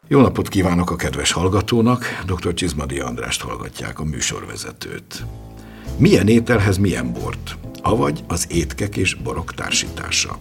Jó napot kívánok a kedves hallgatónak, dr. Csizmadi Andrást hallgatják, a műsorvezetőt. Milyen ételhez milyen bort, avagy az étkek és borok társítása.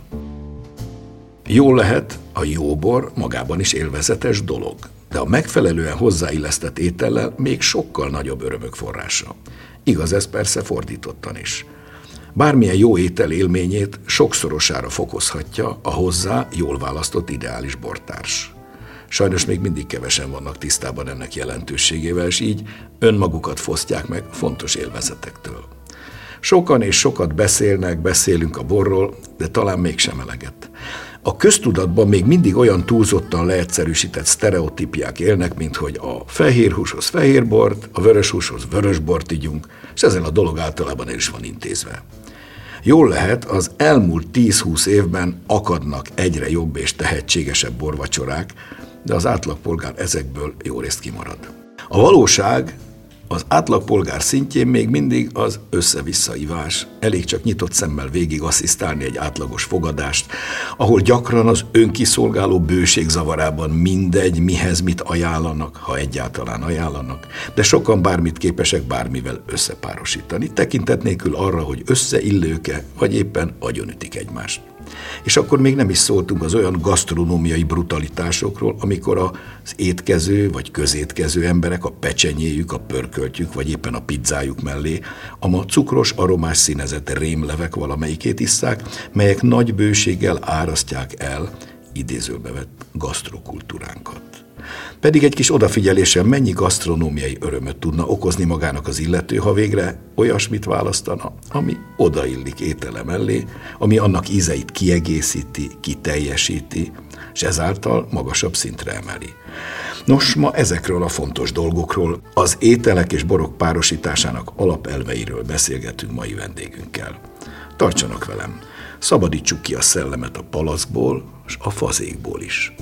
Jól lehet, a jó bor magában is élvezetes dolog, de a megfelelően hozzáillesztett étellel még sokkal nagyobb örömök forrása. Igaz ez persze fordítottan is. Bármilyen jó étel élményét sokszorosára fokozhatja a hozzá jól választott ideális bortárs. Sajnos még mindig kevesen vannak tisztában ennek jelentőségével, és így önmagukat fosztják meg fontos élvezetektől. Sokan és sokat beszélünk a borról, de talán mégsem eleget. A köztudatban még mindig olyan túlzottan leegyszerűsített sztereotípiák élnek, mint hogy a fehér húshoz fehér bort, a vörös húshoz vörös bort igyunk, és ezen a dolog általában el is van intézve. Jól lehet, az elmúlt 10-20 évben akadnak egyre jobb és tehetségesebb borvacsorák, de az átlagpolgár ezekből jó részt kimarad. A valóság az átlagpolgár szintjén még mindig az össze-vissza ivás, elég csak nyitott szemmel végig asszisztálni egy átlagos fogadást, ahol gyakran az önkiszolgáló bőség zavarában mindegy, mihez mit ajánlanak, ha egyáltalán ajánlanak, de sokan bármit képesek bármivel összepárosítani, tekintet nélkül arra, hogy összeillőke, vagy éppen agyonütik egymást. És akkor még nem is szóltunk az olyan gasztronómiai brutalitásokról, amikor az étkező vagy közétkező emberek a pecsenyéjük, a pörköltjük, vagy éppen a pizzájuk mellé a ma cukros, aromás színezett rémlevek valamelyikét isszák, melyek nagy bőséggel árasztják el idézőbe vett gasztrokultúránkat. Pedig egy kis odafigyeléssel mennyi gasztronómiai örömöt tudna okozni magának az illető, ha végre olyasmit választana, ami odaillik étele mellé, ami annak ízeit kiegészíti, kiteljesíti, és ezáltal magasabb szintre emeli. Nos, ma ezekről a fontos dolgokról, az ételek és borok párosításának alapelveiről beszélgetünk mai vendégünkkel. Tartsanak velem, szabadítsuk ki a szellemet a palackból és a fazékból is.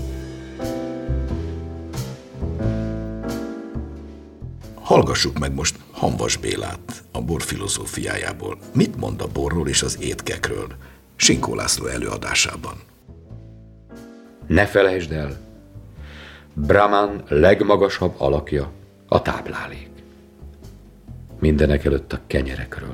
Hallgassuk meg most Hamvas Bélát a bor filozófiájából. Mit mond a borról és az étkekről? Sinkó László előadásában. Ne felejtsd el, Brahman legmagasabb alakja a táplálék. Mindenekelőtt a kenyerekről.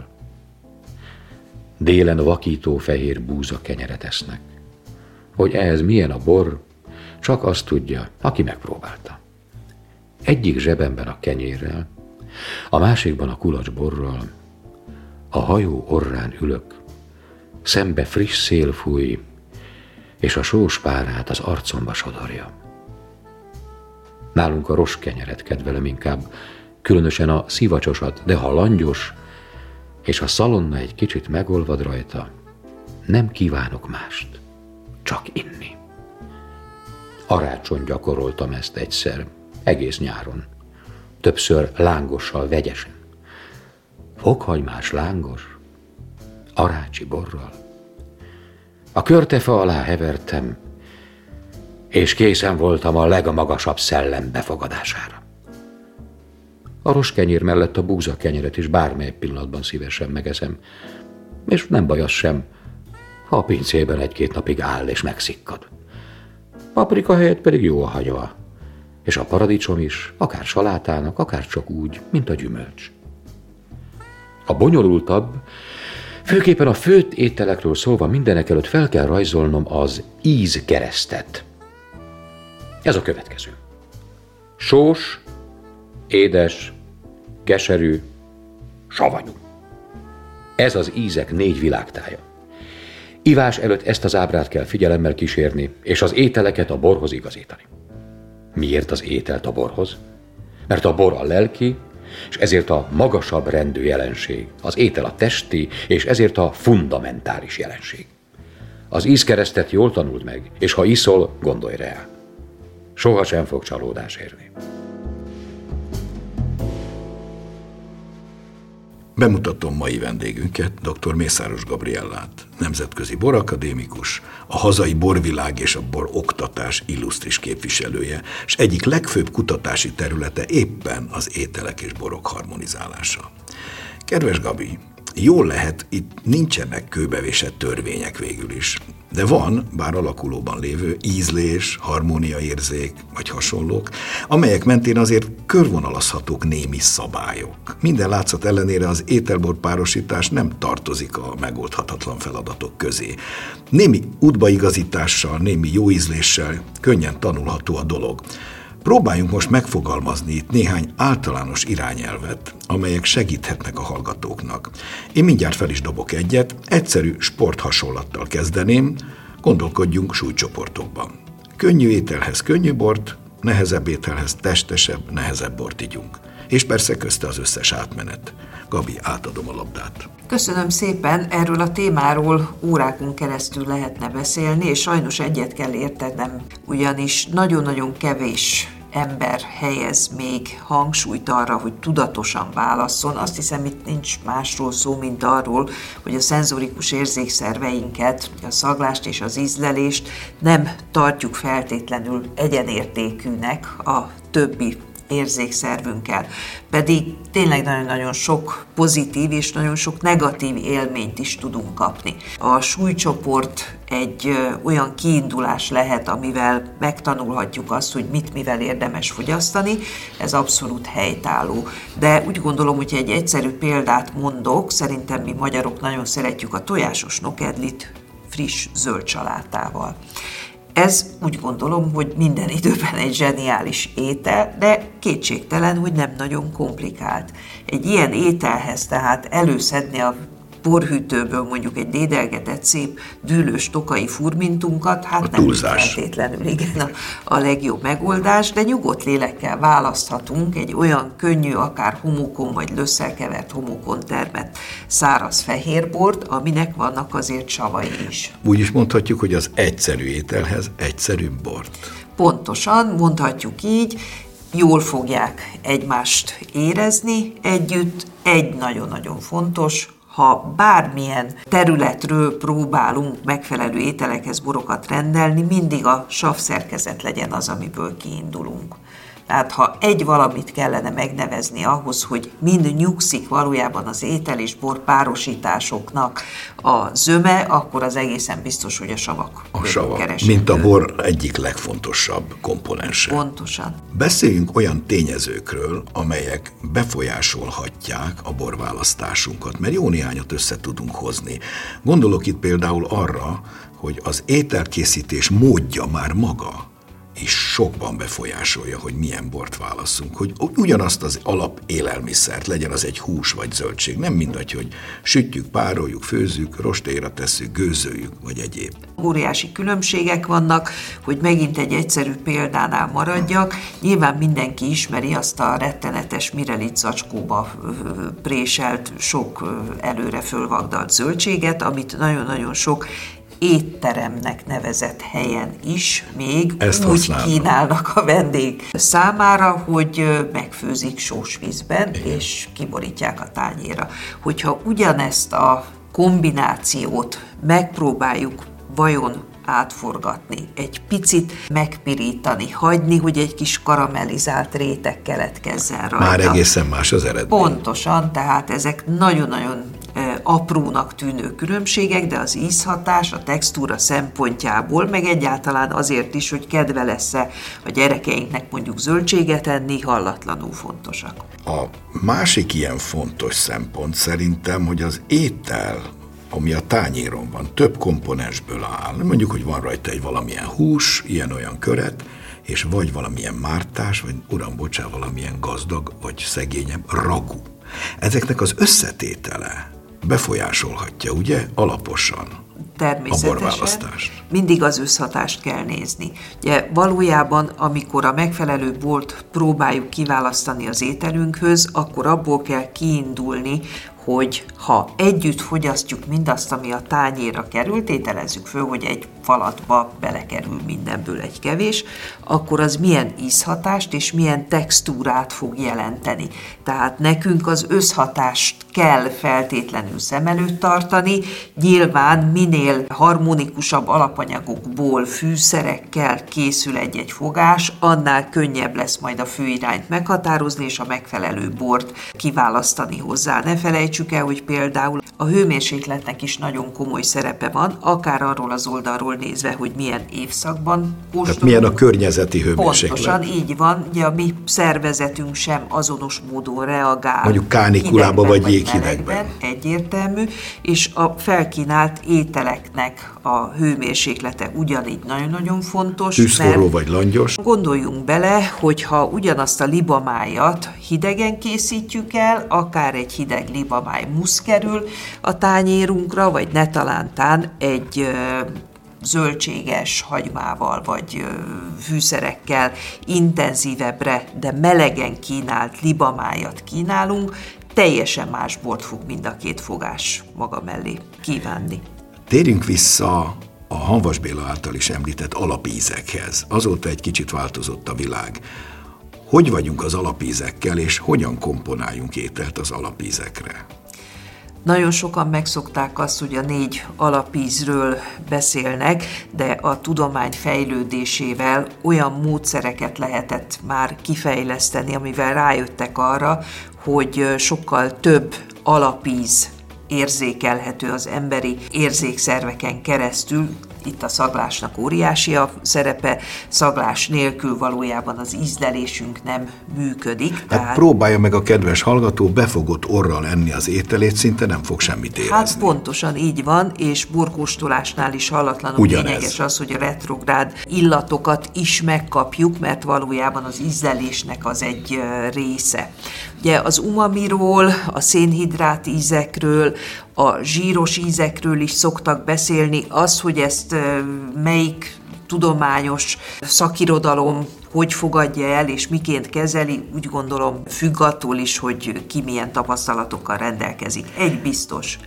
Délen vakító fehér búza kenyeret esznek. Hogy ehhez milyen a bor, csak azt tudja, aki megpróbálta. Egyik zsebemben a kenyérrel, a másikban a kulacsborral, a hajó orrán ülök, szembe friss szél fúj, és a sós párát az arcomba sodorja. Nálunk a rostkenyeret kedvelem inkább, különösen a szivacsosat, de ha langyos, és a szalonna egy kicsit megolvad rajta, nem kívánok mást, csak inni. Arácson gyakoroltam ezt egyszer, egész nyáron. Többször lángossal vegyesen. Fokhagymás lángos, arácsi borral. A körtefa alá hevertem, és készen voltam a legmagasabb szellem befogadására. A rostkenyér mellett a búza kenyeret is bármely pillanatban szívesen megeszem, és nem baj az sem, ha a pincében 1-2 napig áll és megszikkad. Paprika helyett pedig jó a hagyva, és a paradicsom is, akár salátának, akár csak úgy, mint a gyümölcs. A bonyolultabb, főképpen a főtt ételekről szólva mindenekelőtt fel kell rajzolnom az ízkeresztet. Ez a következő. Sós, édes, keserű, savanyú. Ez az ízek 4 világtája. Ivás előtt ezt az ábrát kell figyelemmel kísérni, és az ételeket a borhoz igazítani. Miért az ételt a borhoz? Mert a bor a lelki, és ezért a magasabb rendű jelenség. Az étel a testi, és ezért a fundamentális jelenség. Az ízkeresztet jól tanuld meg, és ha iszol, gondolj rá. Sohasem fog csalódás érni. Bemutatom mai vendégünket, dr. Mészáros Gabriellát, nemzetközi borakadémikus, a hazai borvilág és a boroktatás illusztris képviselője, és egyik legfőbb kutatási területe éppen az ételek és borok harmonizálása. Kedves Gabi, Jól lehet, itt nincsenek kőbevésett törvények végül is. De van, bár alakulóban lévő ízlés, harmóniaérzék vagy hasonlók, amelyek mentén azért körvonalazhatók némi szabályok. Minden látszat ellenére az ételbor párosítás nem tartozik a megoldhatatlan feladatok közé. Némi útbaigazítással, némi jó ízléssel könnyen tanulható a dolog. Próbáljunk most megfogalmazni itt néhány általános irányelvet, amelyek segíthetnek a hallgatóknak. Én mindjárt fel is dobok egyet, egyszerű sporthasonlattal kezdeném, gondolkodjunk súlycsoportokban. Könnyű ételhez könnyű bort, nehezebb ételhez testesebb, nehezebb bort igyunk. És persze közte az összes átmenet. Gabi, átadom a labdát. Köszönöm szépen, erről a témáról órákon keresztül lehetne beszélni, és sajnos egyet kell értenem, ugyanis nagyon-nagyon kevés ember helyez még hangsúlyt arra, hogy tudatosan válasszon. Azt hiszem, itt nincs másról szó, mint arról, hogy a szenzorikus érzékszerveinket, a szaglást és az ízlelést nem tartjuk feltétlenül egyenértékűnek a többi érzékszervünkkel. Pedig tényleg nagyon-nagyon sok pozitív és nagyon sok negatív élményt is tudunk kapni. A súlycsoport egy olyan kiindulás lehet, amivel megtanulhatjuk azt, hogy mit mivel érdemes fogyasztani, ez abszolút helytálló. De úgy gondolom, hogy egy egyszerű példát mondok, szerintem mi magyarok nagyon szeretjük a tojásos nokedlit friss zöld salátával. Ez úgy gondolom, hogy minden időben egy zseniális étel, de kétségtelen, hogy nem nagyon komplikált. Egy ilyen ételhez tehát előszedni a porhűtőből mondjuk egy dédelgetett szép dűlős tokai furmintunkat, hát nem feltétlenül igen a legjobb megoldás, de nyugodt lélekkel választhatunk egy olyan könnyű, akár homokon vagy lösszel kevert homokon termett száraz fehérbort, aminek vannak azért savai is. Úgy is mondhatjuk, hogy az egyszerű ételhez egyszerűbb bort. Pontosan, mondhatjuk így, jól fogják egymást érezni együtt, egy nagyon-nagyon fontos, ha bármilyen területről próbálunk megfelelő ételekhez borokat rendelni, mindig a savszerkezet legyen az, amiből kiindulunk. Tehát ha egy valamit kellene megnevezni ahhoz, hogy mind nyugszik valójában az étel és bor párosításoknak a zöme, akkor az egészen biztos, hogy a savak. A savak, mint a bor egyik legfontosabb komponense. Pontosan. Beszéljünk olyan tényezőkről, amelyek befolyásolhatják a borválasztásunkat, mert jó néhányat össze tudunk hozni. Gondolok itt például arra, hogy az ételkészítés módja már maga és sokban befolyásolja, hogy milyen bort válasszunk, hogy ugyanazt az alap élelmiszert, legyen az egy hús vagy zöldség, nem mindegy, hogy sütjük, pároljuk, főzzük, rostéra tesszük, gőzöljük, vagy egyéb. Óriási különbségek vannak, hogy megint egy egyszerű példánál maradjak. Nyilván mindenki ismeri azt a rettenetes Mirelit zacskóba préselt, sok előre fölvagdalt zöldséget, amit nagyon-nagyon sok étteremnek nevezett helyen is még úgy kínálnak a vendég számára, hogy megfőzik sós vízben, és kiborítják a tányérra. Hogyha ugyanezt a kombinációt megpróbáljuk vajon átforgatni, egy picit megpirítani, hagyni, hogy egy kis karamellizált réteg keletkezzen rajta. Már egészen más az eredmény. Pontosan, tehát ezek nagyon-nagyon aprónak tűnő különbségek, de az ízhatás, a textúra szempontjából, meg egyáltalán azért is, hogy kedve lesz-e a gyerekeinknek mondjuk zöldséget enni, hallatlanul fontosak. A másik ilyen fontos szempont szerintem, hogy az étel, ami a tányéron van, több komponensből áll. Mondjuk, hogy van rajta egy valamilyen hús, ilyen-olyan köret, és vagy valamilyen mártás, vagy uram, bocsánat, valamilyen gazdag, vagy szegényebb ragú. Ezeknek az összetétele befolyásolhatja, ugye, alaposan a borválasztást. Mindig az összhatást kell nézni. Ugye valójában, amikor a megfelelő bort próbáljuk kiválasztani az ételünkhöz, akkor abból kell kiindulni, hogy ha együtt fogyasztjuk mindazt, ami a tányérra került, tételezzük föl, hogy egy falatba belekerül mindenből egy kevés, akkor az milyen ízhatást és milyen textúrát fog jelenteni. Tehát nekünk az összhatást kell feltétlenül szem előtt tartani, nyilván minél harmonikusabb alapanyagokból, fűszerekkel készül egy fogás, annál könnyebb lesz majd a főirányt meghatározni, és a megfelelő bort kiválasztani hozzá. Ne felejtsük el, hogy például a hőmérsékletnek is nagyon komoly szerepe van, akár arról az oldalról nézve, hogy milyen évszakban kóstolunk. Tehát milyen a környezeti hőmérséklet. Pontosan, így van. Ugye a mi szervezetünk sem azonos módon reagál. Mondjuk kánikulában vagy jéghidegben. Egyértelmű, és a felkínált ételeknek a hőmérséklete ugyanígy nagyon-nagyon fontos. Tűzforró vagy langyos. Gondoljunk bele, hogyha ugyanazt a libamájat hidegen készítjük el, akár egy hideg libamáj musz kerül a tányérunkra, vagy netalántán egy zöldséges hagymával vagy fűszerekkel intenzívebbre, de melegen kínált libamájat kínálunk, teljesen más bort fog mind a két fogás maga mellé kívánni. Térjünk vissza a Hamvas Béla által is említett alapízekhez. Azóta egy kicsit változott a világ. Hogy vagyunk az alapízekkel, és hogyan komponáljunk ételt az alapízekre? Nagyon sokan megszokták azt, hogy a 4 alapízről beszélnek, de a tudomány fejlődésével olyan módszereket lehetett már kifejleszteni, amivel rájöttek arra, hogy sokkal több alapíz érzékelhető az emberi érzékszerveken keresztül. Itt a szaglásnak óriási a szerepe, szaglás nélkül valójában az ízlelésünk nem működik. Hát próbálja meg a kedves hallgató befogott orral enni az ételét, szinte nem fog semmit érezni. Hát pontosan így van, és borkóstolásnál is hallatlanul lényeges az, hogy a retrográd illatokat is megkapjuk, mert valójában az ízlelésnek az egy része. Ugye az umamiról, a szénhidrát ízekről, a zsíros ízekről is szoktak beszélni. Az, hogy ezt melyik tudományos szakirodalom hogy fogadja el és miként kezeli, úgy gondolom függ attól is, hogy ki milyen tapasztalatokkal rendelkezik. Egy biztos.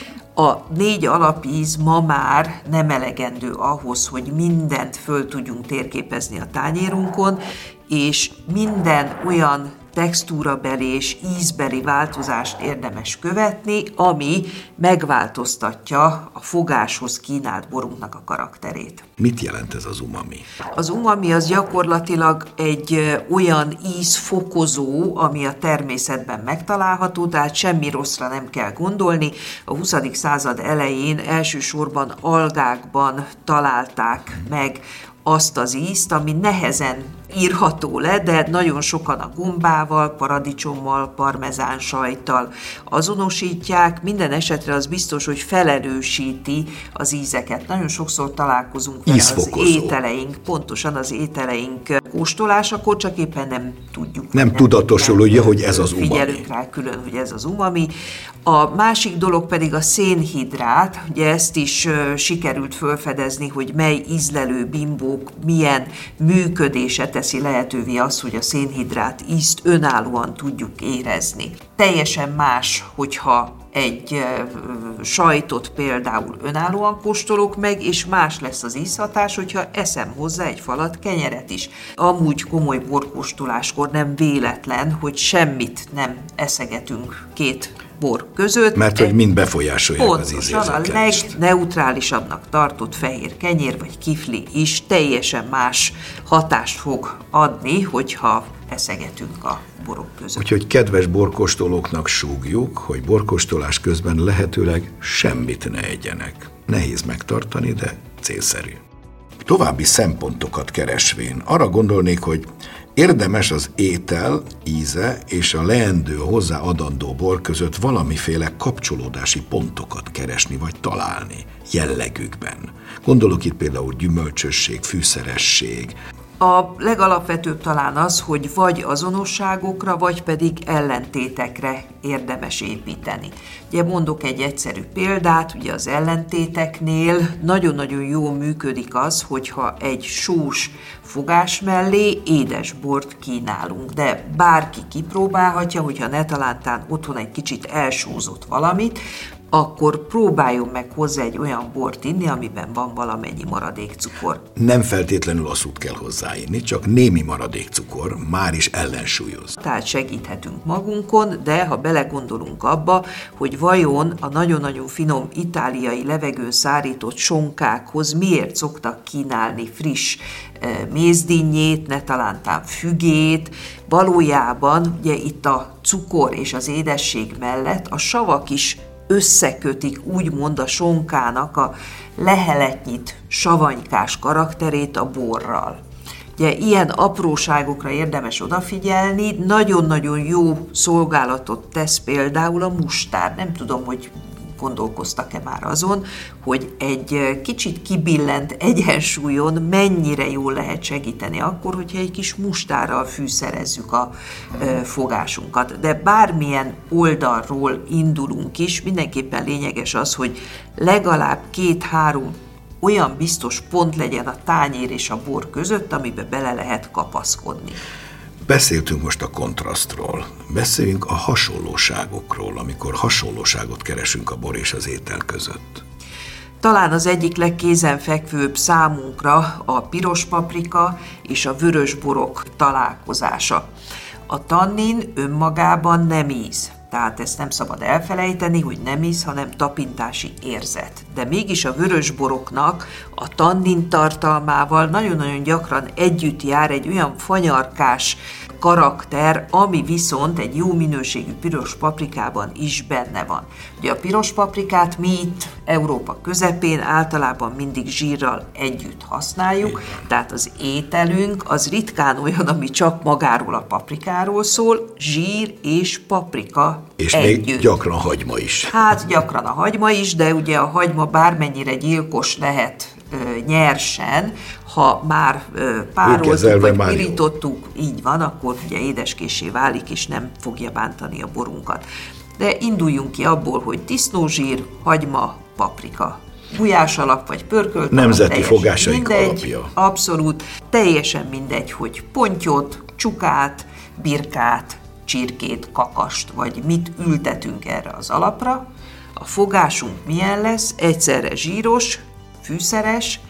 A 4 alapíz ma már nem elegendő ahhoz, hogy mindent föl tudjunk térképezni a tányérunkon, és minden olyan textúrabeli és ízbeli változást érdemes követni, ami megváltoztatja a fogáshoz kínált borunknak a karakterét. Mit jelent ez az umami? Az umami az gyakorlatilag egy olyan ízfokozó, ami a természetben megtalálható, tehát semmi rosszra nem kell gondolni. A 20. század elején elsősorban algákban találták meg azt az ízt, ami nehezen írható le, de nagyon sokan a gombával, paradicsommal, parmezánsajttal azonosítják. Minden esetre az biztos, hogy felerősíti az ízeket. Nagyon sokszor találkozunk vele az ételeink, pontosan az ételeink kóstolásakor, csak éppen nem tudjuk. Nem tudatosul, ugye, hogy ez az umami. Figyelünk rá külön, hogy ez az umami. A másik dolog pedig a szénhidrát, ugye ezt is sikerült felfedezni, hogy mely ízlelő bimbók milyen működése teszi lehetővé azt, hogy a szénhidrát ízt önállóan tudjuk érezni. Teljesen más, hogyha egy sajtot például önállóan kóstolok meg, és más lesz az ízhatás, hogyha eszem hozzá egy falat kenyeret is. Amúgy komoly borkóstoláskor nem véletlen, hogy semmit nem eszegetünk 2 bor között. Mert hogy mind befolyásolják az ízérzékelést. Pontosan a legneutrálisabb tartott fehér kenyér vagy kifli is teljesen más hatást fog adni, hogyha eszegetünk a borok között. Úgyhogy kedves borkóstolóknak súgjuk, hogy borkóstolás közben lehetőleg semmit ne egyenek. Nehéz megtartani, de célszerű. További szempontokat keresvén arra gondolnék, hogy érdemes az étel íze és a leendő hozzáadandó bor között valamiféle kapcsolódási pontokat keresni vagy találni jellegükben. Gondolok itt például gyümölcsösség, fűszeresség. A legalapvetőbb talán az, hogy vagy azonosságokra, vagy pedig ellentétekre érdemes építeni. Ugye mondok egy egyszerű példát, ugye az ellentéteknél nagyon-nagyon jól működik az, hogyha egy sós fogás mellé édesbort kínálunk, de bárki kipróbálhatja, hogyha netalántán otthon egy kicsit elsózott valamit, akkor próbáljon meg hozzá egy olyan bort inni, amiben van valamennyi maradékcukor. Nem feltétlenül asszút kell hozzáinni, csak némi maradékcukor már is ellensúlyoz. Tehát segíthetünk magunkon, de ha belegondolunk abba, hogy vajon a nagyon-nagyon finom itáliai levegőn szárított sonkákhoz miért szoktak kínálni friss mézdinnyét, ne talántán fügét, valójában ugye itt a cukor és az édesség mellett a savak is összekötik úgymond a sonkának a leheletnyit, savanykás karakterét a borral. Ugye ilyen apróságokra érdemes odafigyelni, nagyon-nagyon jó szolgálatot tesz például a mustár. Nem tudom, hogy gondolkoztak-e már azon, hogy egy kicsit kibillent egyensúlyon mennyire jól lehet segíteni akkor, hogyha egy kis mustárral fűszerezzük a fogásunkat. De bármilyen oldalról indulunk is, mindenképpen lényeges az, hogy legalább 2-3 olyan biztos pont legyen a tányér és a bor között, amibe bele lehet kapaszkodni. Beszéltünk most a kontrasztról, beszéljünk a hasonlóságokról, amikor hasonlóságot keresünk a bor és az étel között. Talán az egyik legkézenfekvőbb számunkra a piros paprika és a vörös borok találkozása. A tannin önmagában nem íz, tehát ezt nem szabad elfelejteni, hogy nem íz, hanem tapintási érzet. De mégis a vörösboroknak a tannin tartalmával nagyon-nagyon gyakran együtt jár egy olyan fanyarkás karakter, ami viszont egy jó minőségű piros paprikában is benne van. Ugye a piros paprikát mi itt Európa közepén általában mindig zsírral együtt használjuk, tehát az ételünk az ritkán olyan, ami csak magáról a paprikáról szól, zsír és paprika és együtt. Még gyakran hagyma is. Hát gyakran a hagyma is, de ugye a hagyma bármennyire gyilkos lehet nyersen, ha már pároltuk vagy pirítottuk, így van, akkor ugye édeskéssé válik, és nem fogja bántani a borunkat. De induljunk ki abból, hogy disznózsír, hagyma, paprika. Gulyás alap vagy pörkölt nemzeti fogásaink alapja. Abszolút. Teljesen mindegy, hogy pontyot, csukát, birkát, csirkét, kakast, vagy mit ültetünk erre az alapra. A fogásunk milyen lesz? Egyszerre zsíros, fűszeres,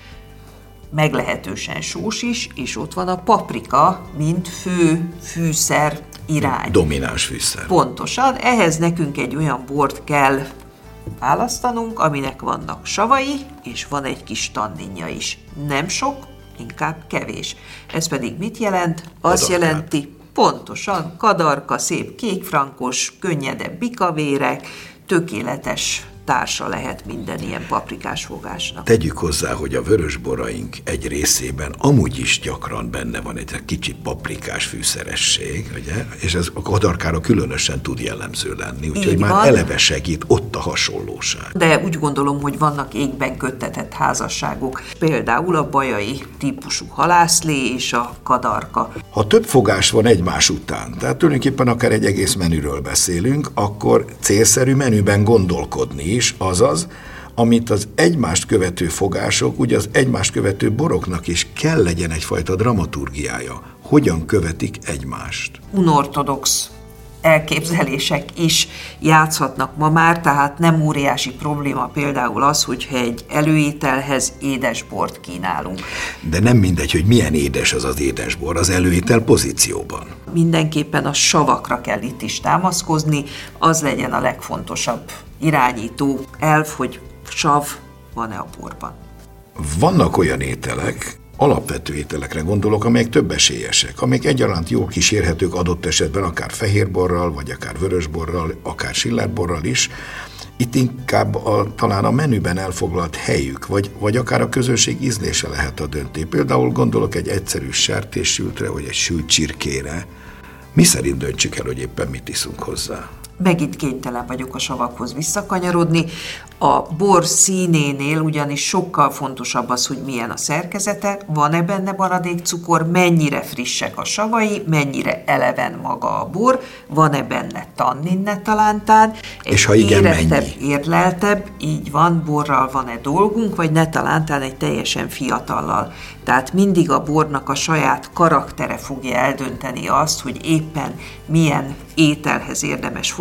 meglehetősen sós is, és ott van a paprika, mint fő fűszer irány. Domináns fűszer. Pontosan, ehhez nekünk egy olyan bort kell választanunk, aminek vannak savai, és van egy kis tanninja is. Nem sok, inkább kevés. Ez pedig mit jelent? Azt jelenti, pontosan, kadarka, szép kékfrankos, könnyedebb bikavérek, tökéletes társa lehet minden ilyen paprikás fogásnak. Tegyük hozzá, hogy a vörösboraink egy részében amúgy is gyakran benne van egy kicsit paprikás fűszeresség, ugye? És ez a kadarkára különösen tud jellemző lenni, úgyhogy már eleve segít ott a hasonlóság. De úgy gondolom, hogy vannak égben köttetett házasságok, például a bajai típusú halászlé és a kadarka. Ha több fogás van egymás után, tehát tulajdonképpen akár egy egész menüről beszélünk, akkor célszerű menüben gondolkodni is, azaz, amit az egymást követő fogások, ugye az egymást követő boroknak is kell legyen egyfajta dramaturgiája. Hogyan követik egymást? Unortodox elképzelések is játszhatnak ma már, tehát nem óriási probléma például az, hogyha egy előételhez édesbort kínálunk. De nem mindegy, hogy milyen édes az az édesbor az előétel pozícióban. Mindenképpen a savakra kell itt is támaszkozni, az legyen a legfontosabb irányító elv, hogy sav van-e a borban. Vannak olyan ételek, alapvető ételekre gondolok, amelyek több esélyesek, amelyek egyaránt jól kísérhetők adott esetben akár fehérborral, vagy akár vörösborral, akár sillárborral is. Itt inkább talán a menüben elfoglalt helyük, vagy akár a közönség ízlése lehet a döntő. Például gondolok egy egyszerű sertéssültre, vagy egy sült csirkére. Mi szerint döntsük el, hogy éppen mit iszunk hozzá? Megint kénytelen vagyok a savakhoz visszakanyarodni. A bor színénél ugyanis sokkal fontosabb az, hogy milyen a szerkezete, van-e benne maradékcukor, mennyire frissek a savai, mennyire eleven maga a bor, van-e benne tannin ne talántán, és ha igen, érettebb, érleltebb, így van, borral van-e dolgunk, vagy ne talántán egy teljesen fiatallal. Tehát mindig a bornak a saját karaktere fogja eldönteni azt, hogy éppen milyen ételhez érdemes fogyasztani,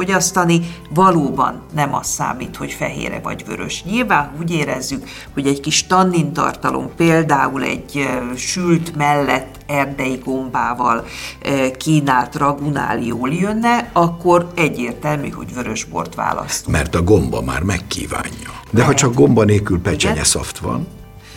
fogyasztani, valóban nem az számít, hogy fehére vagy vörös. Nyilván úgy érezzük, hogy egy kis tannintartalom, például egy sült mellett erdei gombával kínált ragunál jól jönne, akkor egyértelmű, hogy vörösbort választunk. Mert a gomba már megkívánja. De ha csak gomba nélkül pecsenyeszaft van?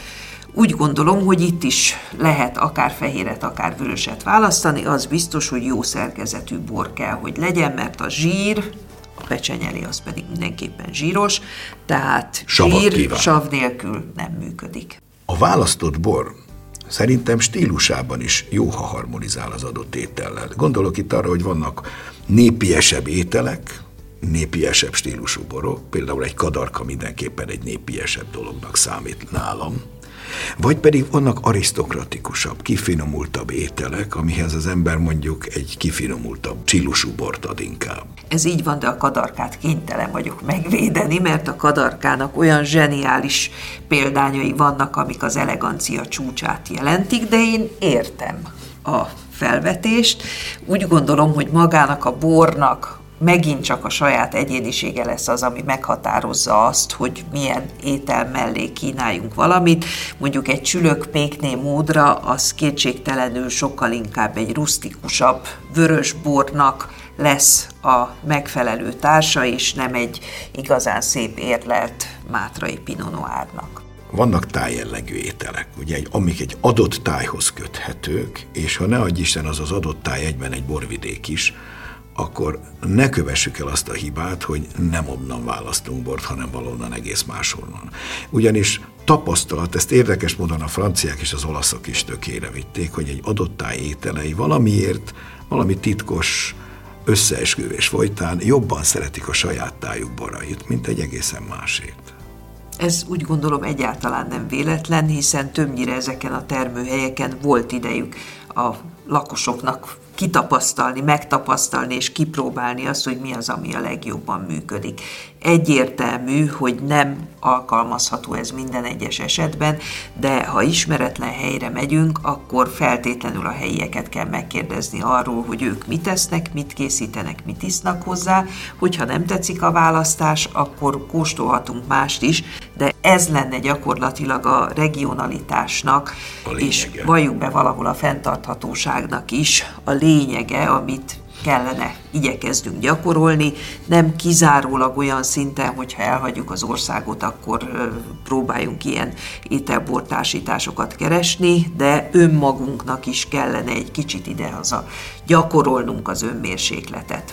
Úgy gondolom, hogy itt is lehet akár fehéret, akár vöröset választani, az biztos, hogy jó szerkezetű bor kell, hogy legyen, mert a zsír, a pecsenyeli az pedig mindenképpen zsíros, tehát zsír sav nélkül nem működik. A választott bor szerintem stílusában is jó, ha harmonizál az adott étellel. Gondolok itt arra, hogy vannak népiesebb ételek, népiesebb stílusú borok, például egy kadarka mindenképpen egy népiesebb dolognak számít nálam, vagy pedig vannak arisztokratikusabb, kifinomultabb ételek, amihez az ember mondjuk egy kifinomultabb stílusú bort ad inkább. Ez így van, de a kadarkát kénytelen vagyok megvédeni, mert a kadarkának olyan zseniális példányai vannak, amik az elegancia csúcsát jelentik, de én értem a felvetést. Úgy gondolom, hogy magának a bornak megint csak a saját egyénisége lesz az, ami meghatározza azt, hogy milyen étel mellé kínáljunk valamit. Mondjuk egy csülök pékné módra, az kétségtelenül sokkal inkább egy rusztikusabb vörös bornak lesz a megfelelő társa, és nem egy igazán szép érlelt mátrai Pinot Noirnak. Vannak tájjellegű ételek, ugye, amik egy adott tájhoz köthetők, és ha ne adj Isten, az az adott táj egyben egy borvidék is, akkor ne kövessük el azt a hibát, hogy nem onnan választunk bort, hanem valonnan egész máshonnan. Ugyanis tapasztalat, ezt érdekes módon a franciák és az olaszok is tökére vitték, hogy egy adott táj ételei valamiért, valami titkos összeesküvés folytán jobban szeretik a saját tájuk borait, mint egy egészen másét. Ez úgy gondolom egyáltalán nem véletlen, hiszen többnyire ezeken a termőhelyeken volt idejük a lakosoknak kitapasztalni, megtapasztalni és kipróbálni azt, hogy mi az, ami a legjobban működik. Egyértelmű, hogy nem alkalmazható ez minden egyes esetben, de ha ismeretlen helyre megyünk, akkor feltétlenül a helyieket kell megkérdezni arról, hogy ők mit esznek, mit készítenek, mit isznak hozzá, hogyha nem tetszik a választás, akkor kóstolhatunk mást is, de ez lenne gyakorlatilag a regionalitásnak, és valljuk be valahol a fenntarthatóságnak is a lényege, amit kellene igyekezdünk gyakorolni, nem kizárólag olyan szinten, hogyha elhagyjuk az országot, akkor próbáljunk ilyen ételbortársításokat keresni, de önmagunknak is kellene egy kicsit idehaza gyakorolnunk az önmérsékletet.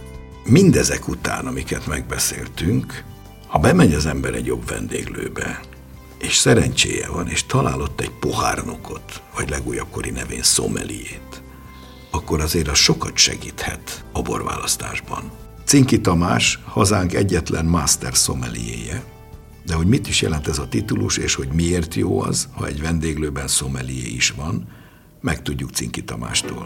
Mindezek után, amiket megbeszéltünk, ha bemegy az ember egy jobb vendéglőbe, és szerencséje van, és talál ott egy pohárnokot, vagy legújabb kori nevén sommeliét, akkor azért az sokat segíthet a borválasztásban. Cinki Tamás, hazánk egyetlen master sommeliéje, de hogy mit is jelent ez a titulus, és hogy miért jó az, ha egy vendéglőben sommelié is van, megtudjuk Cinki Tamástól.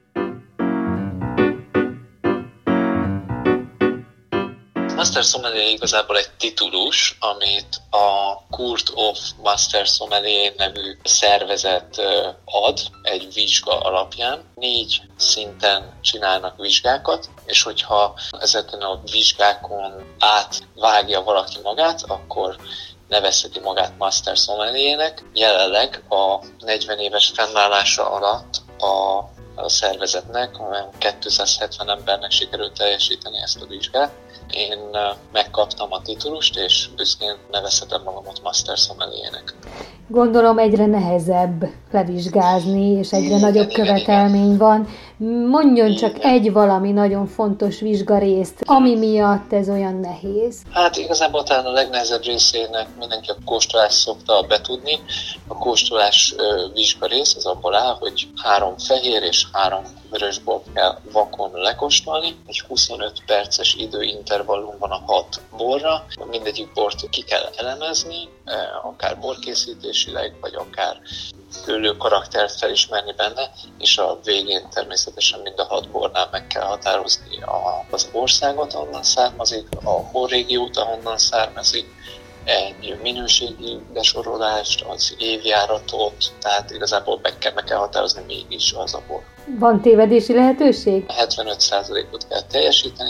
Master Sommelier igazából egy titulus, amit a Court of Master Sommelier nevű szervezet ad egy vizsga alapján. 4 szinten csinálnak vizsgákat, és hogyha ezeken a vizsgákon átvágja valaki magát, akkor nevezheti magát Master Sommeliernek. Jelenleg a 40 éves fennállása alatt a szervezetnek, olyan 270 embernek sikerült teljesíteni ezt a vizsgát. Én megkaptam a titulust, és büszkén nevezhetem magamat Master Sommeliernek. Gondolom egyre nehezebb levizsgázni, és egyre nagyobb követelmény van. Mondjon csak egy valami nagyon fontos vizsgarészt, ami miatt ez olyan nehéz. Hát igazából talán a legnehezebb részének mindenki a kóstolást szokta betudni. A kóstolás vizsgarész az abból áll, hogy 3 fehér és 3 vörösbort kell vakon lekóstolni. Egy 25 perces időintervallumban a 6 borra. Mindegyik bort ki kell elemezni, akár borkészítésileg, vagy akár külő karaktert felismerni benne, és a végén természetesen mind a 6 bornál meg kell határozni az országot, ahonnan származik, a borrégiót, ahonnan származik, egy minőségi besorolást, az évjáratot, tehát igazából meg kell határozni mégis az a bor. Van tévedési lehetőség? 75%-ot kell teljesíteni,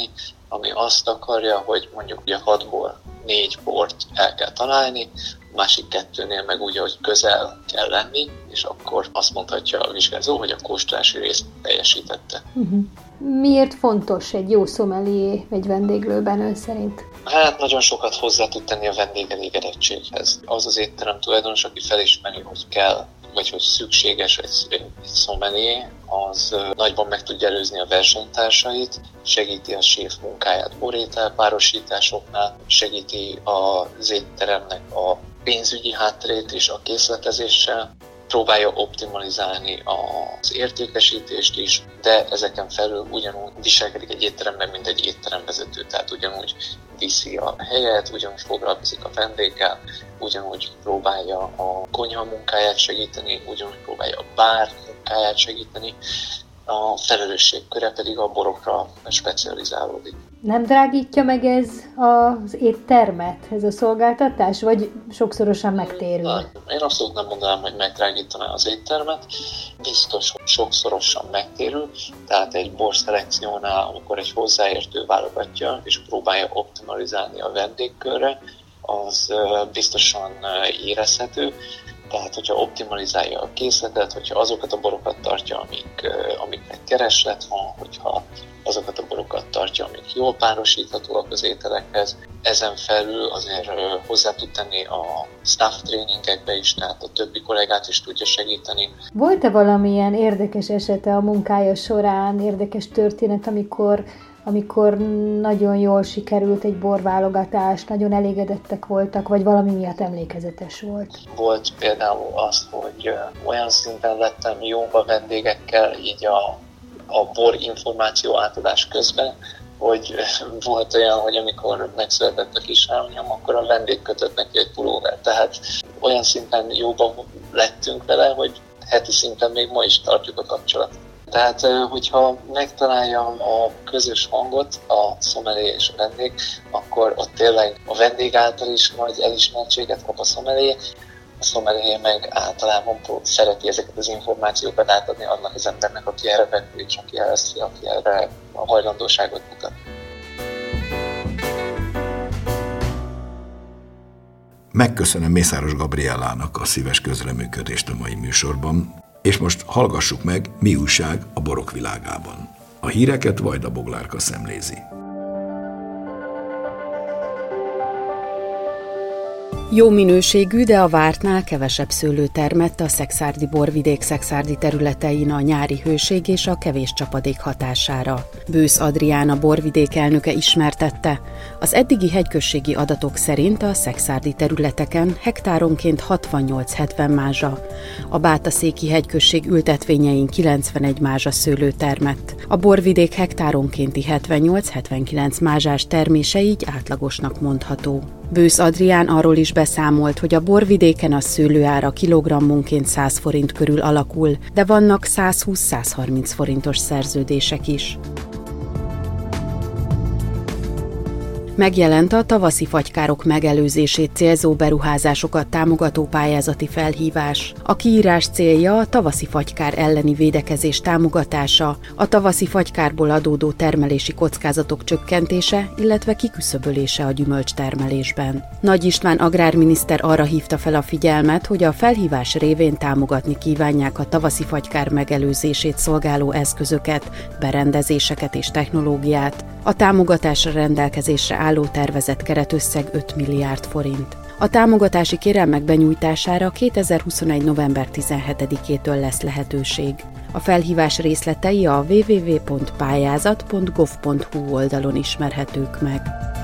ami azt akarja, hogy mondjuk ugye 6-ból 4 bort el kell találni, a másik 2-nél meg úgy, hogy közel kell lenni, és akkor azt mondhatja a vizsgázó, hogy a kóstolási részt teljesítette. Miért fontos egy jó szomelié egy vendéglőben ön szerint? Hát nagyon sokat hozzá tud tenni a vendégelégedettséghez. Az az étterem tulajdonos, aki felismeri, hogy kell, vagy hogy szükséges egy szomelié, az nagyban meg tudja előzni a versenytársait, segíti a séf munkáját borétel párosításoknál, segíti az étteremnek a pénzügyi hátterét és a készletezéssel, próbálja optimalizálni az értékesítést is, de ezeken felül ugyanúgy viselkedik egy étteremben, mint egy étteremvezető, tehát ugyanúgy viszi a helyet, ugyanúgy foglalkozik a vendéggel, ugyanúgy próbálja a konyha munkáját segíteni, ugyanúgy próbálja a bár munkáját segíteni, a felelősségköre pedig a borokra specializálódik. Nem drágítja meg ez az éttermet, ez a szolgáltatás, vagy sokszorosan megtérül? Én abszolút nem mondanám, hogy megdrágítaná az éttermet. Biztos, hogy sokszorosan megtérül, tehát egy borszelekciónál, amikor egy hozzáértő válogatja és próbálja optimalizálni a vendégkörre, az biztosan érezhető. Tehát, hogyha optimalizálja a készletet, hogyha azokat a borokat tartja, amiknek kereslet van, hogyha azokat a borokat tartja, amik jól párosíthatóak az ételekhez. Ezen felül azért hozzá tud tenni a staff tréningekbe is, tehát a többi kollégát is tudja segíteni. Volt-e valamilyen érdekes esete a munkája során, érdekes történet, amikor nagyon jól sikerült egy borválogatás, nagyon elégedettek voltak, vagy valami miatt emlékezetes volt? Volt például azt, hogy olyan szinten lettem jóba vendégekkel, így a bor információ átadás közben, hogy volt olyan, hogy amikor megszületett a kislányom, akkor a vendég kötött neki egy pulóvert. Tehát olyan szinten jóba lettünk vele, hogy heti szinten még ma is tartjuk a kapcsolatot. Tehát, hogyha megtalálja a közös hangot, a szomelié és a vendég, akkor ott tényleg a vendég által is nagy elismertséget kap a szomelié meg általában szereti ezeket az információkat átadni annak az embernek, aki erre vető, és aki erre a hajlandóságot mutat. Megköszönöm Mészáros Gabriellának a szíves közreműködést a mai műsorban, és most hallgassuk meg, mi újság a borok világában. A híreket Vajda Boglárka szemlézi. Jó minőségű, de a vártnál kevesebb szőlő termett a szekszárdi borvidék szekszárdi területein a nyári hőség és a kevés csapadék hatására. Bősz Adrián, a borvidék elnöke ismertette. Az eddigi hegyközségi adatok szerint a szekszárdi területeken hektáronként 68-70 mázsa. A Bátaszéki hegyközség ültetvényein 91 mázsa szőlő termett. A borvidék hektáronkénti 78-79 mázsás termése így átlagosnak mondható. Bősz Adrián arról is beszámolt, hogy a borvidéken a szőlőára kilogrammonként 100 forint körül alakul, de vannak 120-130 forintos szerződések is. Megjelent a tavaszi fagykárok megelőzését célzó beruházásokat támogató pályázati felhívás. A kiírás célja a tavaszi fagykár elleni védekezés támogatása, a tavaszi fagykárból adódó termelési kockázatok csökkentése, illetve kiküszöbölése a gyümölcstermelésben. Nagy István agrárminiszter arra hívta fel a figyelmet, hogy a felhívás révén támogatni kívánják a tavaszi fagykár megelőzését szolgáló eszközöket, berendezéseket és technológiát. A támogatásra rendelkezésre álló tervezett keretösszeg 5 milliárd forint. A támogatási kérelmek benyújtására 2021. november 17-től lesz lehetőség. A felhívás részletei a www.pályázat.gov.hu oldalon ismerhetők meg.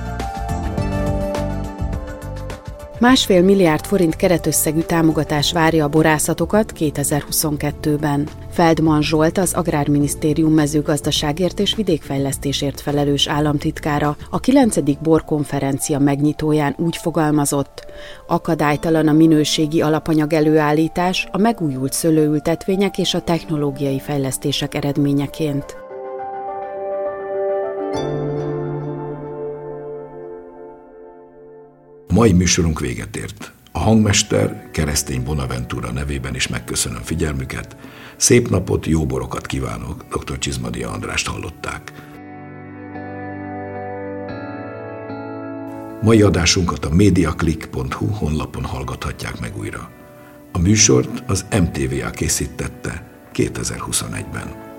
1,5 milliárd forint keretösszegű támogatás várja a borászatokat 2022-ben. Feldman Zsolt, az Agrárminisztérium mezőgazdaságért és vidékfejlesztésért felelős államtitkára a 9. borkonferencia megnyitóján úgy fogalmazott: akadálytalan a minőségi alapanyag előállítás a megújult szőlőültetvények és a technológiai fejlesztések eredményeként. Mai műsorunk véget ért. A hangmester Keresztény Bonaventura nevében is megköszönöm figyelmüket. Szép napot, jó borokat kívánok, dr. Csizmadia Andrást hallották. Mai adásunkat a mediaclick.hu honlapon hallgathatják meg újra. A műsort az MTVA készítette 2021-ben.